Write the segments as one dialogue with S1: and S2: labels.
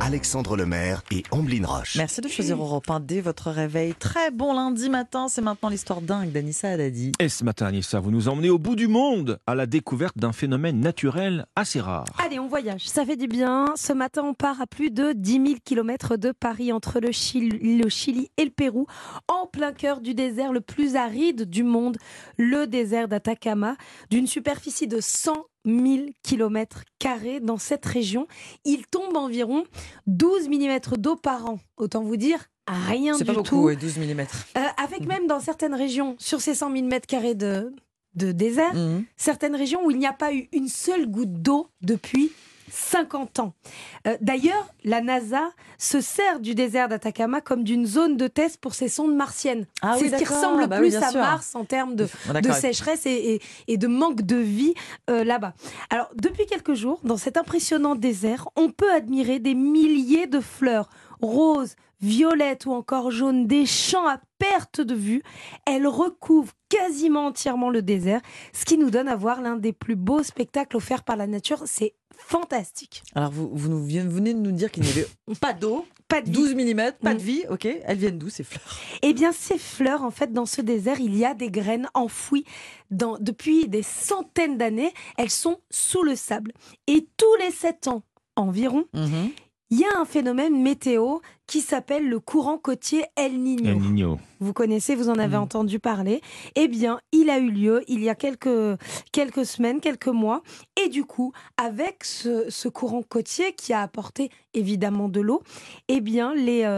S1: Alexandre Lemaire et Amblin Roche.
S2: Merci de choisir Europe 1 dès votre réveil. Très bon lundi matin, c'est maintenant l'histoire dingue d'Anissa Haddadi.
S3: Et ce matin, Anissa, vous nous emmenez au bout du monde, à la découverte d'un phénomène naturel assez rare.
S4: Allez, on voyage, ça fait du bien. Ce matin, on part à plus de 10 000 km de Paris, entre le Chili et le Pérou, en plein cœur du désert le plus aride du monde, le désert d'Atacama, d'une superficie de 100 000 km². Dans cette région, il tombe environ 12 mm d'eau par an. Autant vous dire, rien du tout.
S2: C'est pas beaucoup, 12 mm.
S4: Avec même dans certaines régions, sur ces 100 000 m² de désert, certaines régions où il n'y a pas eu une seule goutte d'eau depuis 50 ans. D'ailleurs, la NASA se sert du désert d'Atacama comme d'une zone de test pour ses sondes martiennes. C'est ce qui ressemble plus à Mars en termes de sécheresse et de manque de vie là-bas. Alors, depuis quelques jours, dans cet impressionnant désert, on peut admirer des milliers de fleurs roses, violettes ou encore jaunes, des champs à perte de vue. Elles recouvrent quasiment entièrement le désert, ce qui nous donne à voir l'un des plus beaux spectacles offerts par la nature. C'est fantastique.
S2: Alors vous venez de nous dire qu'il n'y avait pas d'eau,
S4: pas de vie.
S2: 12 mm, pas de vie, ok. Elles viennent d'où ces fleurs?
S4: Eh bien ces fleurs, en fait, dans ce désert, il y a des graines enfouies depuis des centaines d'années. Elles sont sous le sable. Et tous les 7 ans environ, il y a un phénomène météo qui s'appelle le courant côtier El Niño.
S3: El Niño.
S4: Vous connaissez, vous en avez entendu parler. Eh bien, il a eu lieu il y a quelques semaines, quelques mois. Et du coup, avec ce courant côtier qui a apporté évidemment de l'eau, eh bien,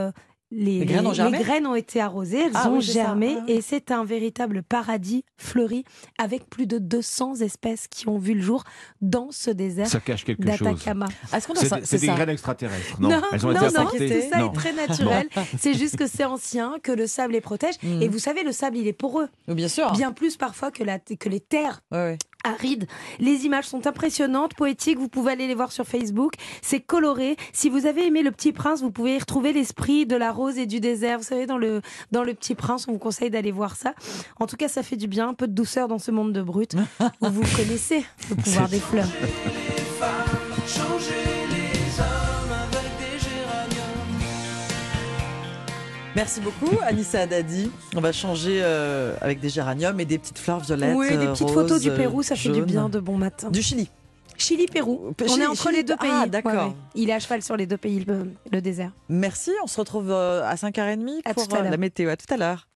S4: les graines ont été arrosées, elles ont germé et c'est un véritable paradis fleuri avec plus de 200 espèces qui ont vu le jour dans ce désert d'Atacama.
S3: C'est des graines extraterrestres, non? Elles ont été apportées.
S4: Tout ça est très naturel. C'est juste que c'est ancien, que le sable les protège. Et vous savez, le sable, il est poreux.
S2: Bien sûr.
S4: Bien plus parfois que les terres. Arides. Les images sont impressionnantes, poétiques, vous pouvez aller les voir sur Facebook, c'est coloré. Si vous avez aimé Le Petit Prince, vous pouvez y retrouver l'esprit de la rose et du désert. Vous savez, dans le Petit Prince, on vous conseille d'aller voir ça. En tout cas, ça fait du bien, un peu de douceur dans ce monde de brut, où vous connaissez le pouvoir des fleurs.
S2: Merci beaucoup, Anissa Haddadi. On va changer avec des géraniums et des petites fleurs violettes.
S4: Oui, des petites photos du Pérou, ça fait du bien de bon matin.
S2: Du Chili.
S4: Chili-Pérou. On est entre les deux pays.
S2: Ah, d'accord.
S4: Il est à cheval sur les deux pays, le désert.
S2: Merci, on se retrouve à 5h30 pour la météo. À tout à l'heure.